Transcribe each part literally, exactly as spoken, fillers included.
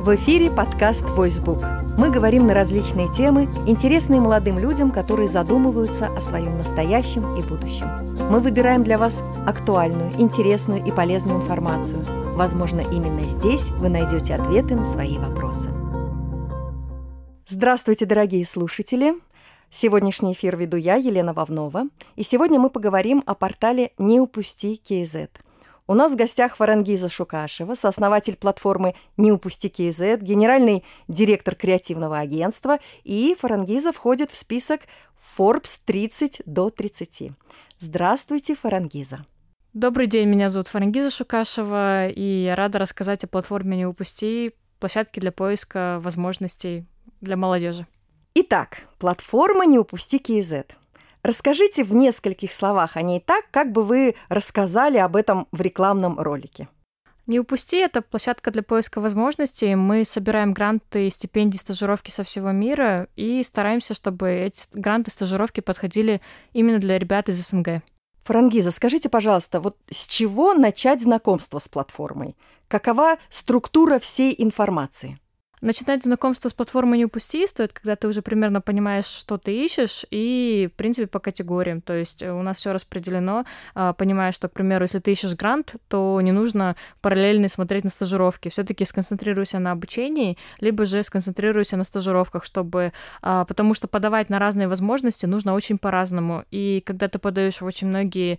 В эфире подкаст «Войсбук». Мы говорим на различные темы, интересные молодым людям, которые задумываются о своем настоящем и будущем. Мы выбираем для вас актуальную, интересную и полезную информацию. Возможно, именно здесь вы найдете ответы на свои вопросы. Здравствуйте, дорогие слушатели! Сегодняшний эфир веду я, Елена Вовнова, и сегодня мы поговорим о портале «Не упусти КЗ». У нас в гостях Фарангиза Шукашева, сооснователь платформы «Не упусти КЗ», генеральный директор креативного агентства, и Фарангиза входит в список Forbes тридцать до тридцати. Здравствуйте, Фарангиза. Добрый день, меня зовут Фарангиза Шукашева, и я рада рассказать о платформе «Не упусти», площадке для поиска возможностей для молодежи. Итак, платформа «Не упусти КЗ». Расскажите в нескольких словах о ней так, как бы вы рассказали об этом в рекламном ролике. «Не упусти» — это площадка для поиска возможностей. Мы собираем гранты, стипендии, стажировки со всего мира и стараемся, чтобы эти гранты, стажировки подходили именно для ребят из СНГ. Фарангиза, скажите, пожалуйста, вот с чего начать знакомство с платформой? Какова структура всей информации? Начинать знакомство с платформой «Не упусти» стоит, когда ты уже примерно понимаешь, что ты ищешь, и, в принципе, по категориям. То есть у нас все распределено, понимая, что, к примеру, если ты ищешь грант, то не нужно параллельно смотреть на стажировки. Все-таки сконцентрируйся на обучении, либо же сконцентрируйся на стажировках, чтобы... Потому что подавать на разные возможности нужно очень по-разному. И когда ты подаешь в очень многие...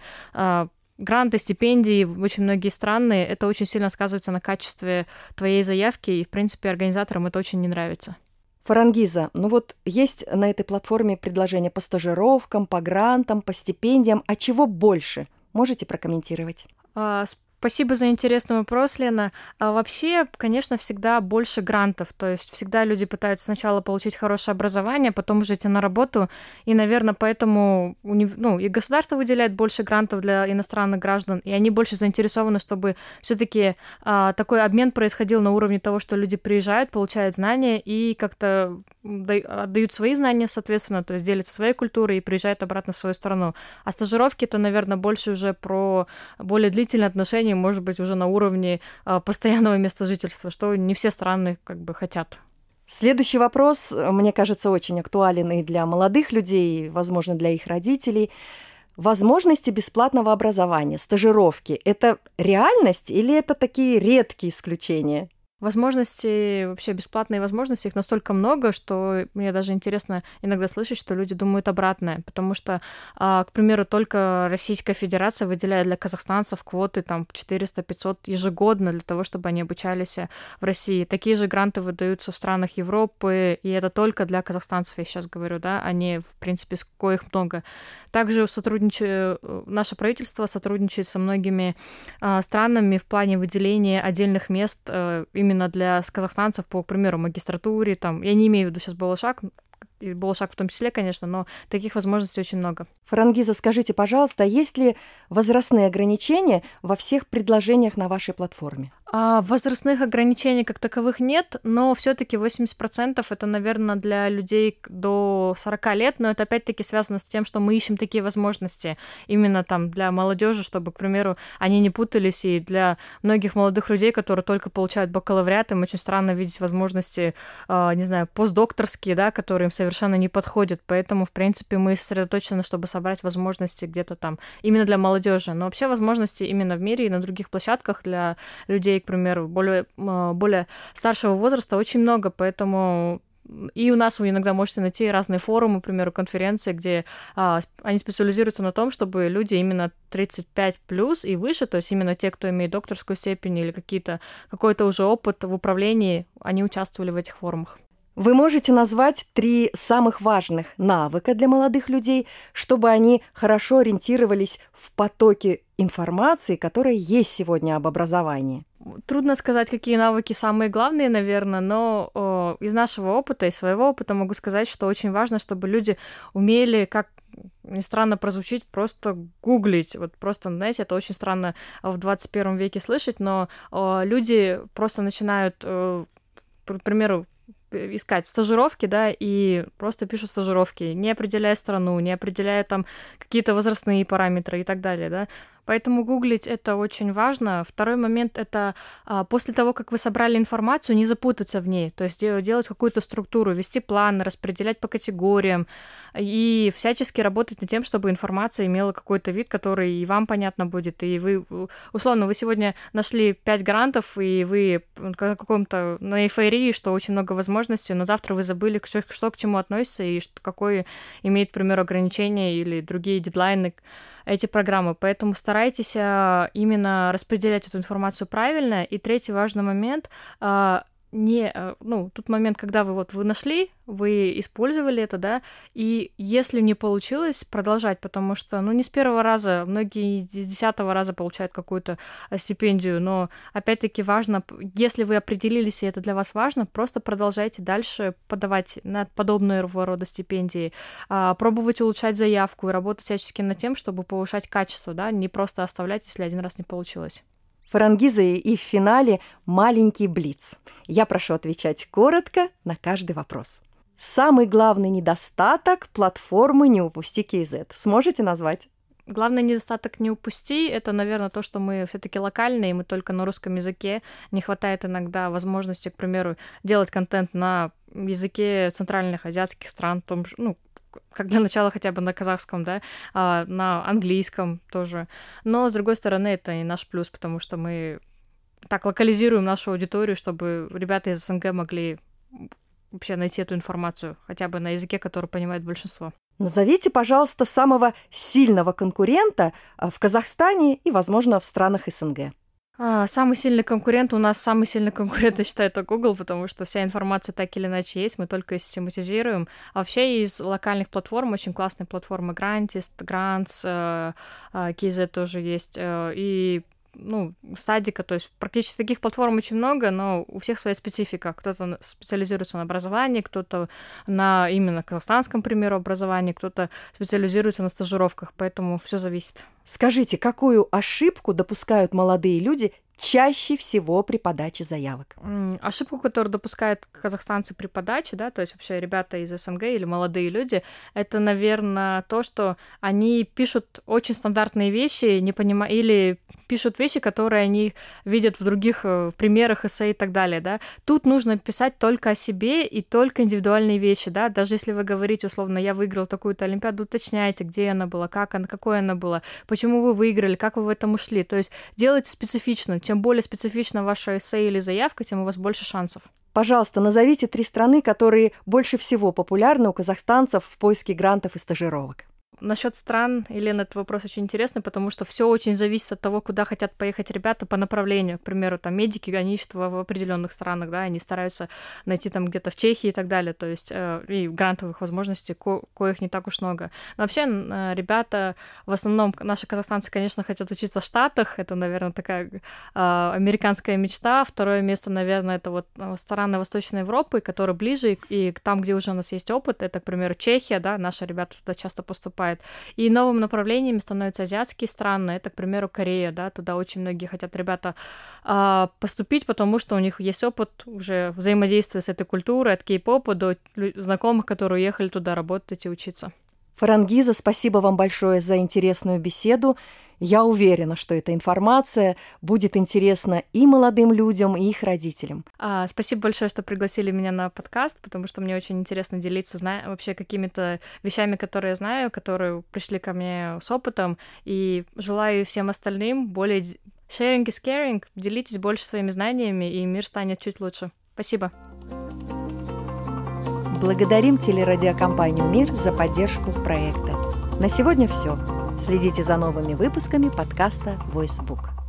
гранты, стипендии в очень многие страны, это очень сильно сказывается на качестве твоей заявки, и, в принципе, организаторам это очень не нравится. Фарангиза, ну вот есть на этой платформе предложения по стажировкам, по грантам, по стипендиям. А чего больше? Можете прокомментировать? А, Спасибо за интересный вопрос, Лена. А вообще, конечно, всегда больше грантов, то есть всегда люди пытаются сначала получить хорошее образование, потом уже идти на работу, и, наверное, поэтому ну, и государство выделяет больше грантов для иностранных граждан, и они больше заинтересованы, чтобы все-таки а, такой обмен происходил на уровне того, что люди приезжают, получают знания и как-то отдают свои знания, соответственно, то есть делятся своей культурой и приезжают обратно в свою страну. А стажировки — это, наверное, больше уже про более длительные отношения, может быть, уже на уровне а, постоянного места жительства, что не все страны как бы хотят. Следующий вопрос, мне кажется, очень актуален и для молодых людей, и, возможно, для их родителей. Возможности бесплатного образования, стажировки – это реальность или это такие редкие исключения? Возможности, вообще бесплатные возможности, их настолько много, что мне даже интересно иногда слышать, что люди думают обратное, потому что, к примеру, только Российская Федерация выделяет для казахстанцев квоты там четыреста-пятьсот ежегодно для того, чтобы они обучались в России. Такие же гранты выдаются в странах Европы, и это только для казахстанцев, я сейчас говорю, да, а не, в принципе, коих много. Также сотрудничаю, наше правительство сотрудничает со многими странами в плане выделения отдельных мест именно для казахстанцев, по примеру, магистратуре, там, я не имею в виду сейчас Балашак, и Балашак в том числе, конечно, но таких возможностей очень много. Фарангиза, скажите, пожалуйста, а есть ли возрастные ограничения во всех предложениях на вашей платформе? А возрастных ограничений как таковых нет, но все-таки восемьдесят процентов это, наверное, для людей до сорока лет, но это опять-таки связано с тем, что мы ищем такие возможности именно там для молодежи, чтобы, к примеру, они не путались, и для многих молодых людей, которые только получают бакалавриат, им очень странно видеть возможности, не знаю, постдокторские, да, которые им совершенно не подходят, поэтому, в принципе, мы сосредоточены, чтобы собрать возможности где-то там именно для молодежи, но вообще возможности именно в мире и на других площадках для людей, к примеру, более, более старшего возраста очень много, поэтому и у нас вы иногда можете найти разные форумы, к примеру, конференции, где а, они специализируются на том, чтобы люди именно тридцать пять плюс и выше, то есть именно те, кто имеет докторскую степень или какие-то, какой-то уже опыт в управлении, они участвовали в этих форумах. Вы можете назвать три самых важных навыка для молодых людей, чтобы они хорошо ориентировались в потоке информации, которая есть сегодня об образовании? Трудно сказать, какие навыки самые главные, наверное, но о, из нашего опыта, из своего опыта могу сказать, что очень важно, чтобы люди умели, как ни странно прозвучит, просто гуглить. Вот просто, знаете, это очень странно в двадцать первом веке слышать, но о, люди просто начинают, о, к примеру, искать стажировки, да, и просто пишут стажировки, не определяя страну, не определяя там какие-то возрастные параметры и так далее, да. Поэтому гуглить — это очень важно. Второй момент — это а, после того, как вы собрали информацию, не запутаться в ней, то есть делать какую-то структуру, вести план, распределять по категориям и всячески работать над тем, чтобы информация имела какой-то вид, который и вам понятно будет, и вы, условно, вы сегодня нашли пять грантов, и вы на каком-то, на эйфории, что очень много возможностей, но завтра вы забыли, что, что к чему относится, и что, какое имеет, к примеру, ограничения или другие дедлайны эти программы. Поэтому старайтесь именно распределять эту информацию правильно. И третий важный момент — не, ну, тут момент, когда вы вот вы нашли, вы использовали это, да, и если не получилось, продолжать, потому что, ну, не с первого раза, многие с десятого раза получают какую-то стипендию, но, опять-таки, важно, если вы определились, и это для вас важно, просто продолжайте дальше подавать на подобного рода стипендии, пробовать улучшать заявку и работать всячески над тем, чтобы повышать качество, да, не просто оставлять, если один раз не получилось. Фарангиза, и в финале маленький блиц. Я прошу отвечать коротко на каждый вопрос. Самый главный недостаток платформы «Не упусти кей зет». Сможете назвать? Главный недостаток «Не упусти» — это, наверное, то, что мы все-таки локальные, мы только на русском языке. Не хватает иногда возможности, к примеру, делать контент на языке центральных азиатских стран, том, ну, как для начала хотя бы на казахском, да, а, на английском тоже. Но, с другой стороны, это и наш плюс, потому что мы так локализируем нашу аудиторию, чтобы ребята из СНГ могли вообще найти эту информацию, хотя бы на языке, который понимает большинство. Назовите, пожалуйста, самого сильного конкурента в Казахстане и, возможно, в странах СНГ. А, самый сильный конкурент у нас, самый сильный конкурент, я считаю, это Google, потому что вся информация так или иначе есть, мы только ее систематизируем. А вообще из локальных платформ очень классные платформы Grantist, Grants, кей зет тоже есть, и ну, Стадика, то есть практически таких платформ очень много, но у всех своя специфика. Кто-то специализируется на образовании, кто-то на именно казахстанском, к примеру, образовании, кто-то специализируется на стажировках, поэтому все зависит. Скажите, какую ошибку допускают молодые люди чаще всего при подаче заявок? Ошибку, которую допускают казахстанцы при подаче, да, то есть вообще ребята из СНГ или молодые люди, это, наверное, то, что они пишут очень стандартные вещи, не понимая, или пишут вещи, которые они видят в других в примерах, эссе и так далее, да. Тут нужно писать только о себе и только индивидуальные вещи, да, даже если вы говорите, условно, я выиграл такую-то олимпиаду, уточняйте, где она была, как она, какой она была, почему вы выиграли, как вы в этом ушли, то есть делайте специфично. Чем более специфично ваше эссе или заявка, тем у вас больше шансов. Пожалуйста, назовите три страны, которые больше всего популярны у казахстанцев в поиске грантов и стажировок. Насчет стран, Елена, этот вопрос очень интересный, потому что все очень зависит от того, куда хотят поехать ребята по направлению. К примеру, там медики, они ищут в определенных странах, да, они стараются найти там где-то в Чехии и так далее, то есть э, и грантовых возможностей, ко- коих не так уж много. Но вообще э, ребята, в основном наши казахстанцы, конечно, хотят учиться в Штатах, это, наверное, такая э, американская мечта. Второе место, наверное, это вот страны Восточной Европы, которые ближе, и, и там, где уже у нас есть опыт, это, к примеру, Чехия, да, наши ребята туда часто поступают. И новым направлением становятся азиатские страны, это, к примеру, Корея, да, туда очень многие хотят ребята а, поступить, потому что у них есть опыт уже взаимодействия с этой культурой, от кей-попа до знакомых, которые уехали туда работать и учиться. Фарангиза, спасибо вам большое за интересную беседу. Я уверена, что эта информация будет интересна и молодым людям, и их родителям. А, спасибо большое, что пригласили меня на подкаст, потому что мне очень интересно делиться зна... вообще какими-то вещами, которые я знаю, которые пришли ко мне с опытом, и желаю всем остальным более sharing is caring, делитесь больше своими знаниями, и мир станет чуть лучше. Спасибо. Благодарим телерадиокомпанию «Мир» за поддержку проекта. На сегодня все. Следите за новыми выпусками подкаста «Войсбук».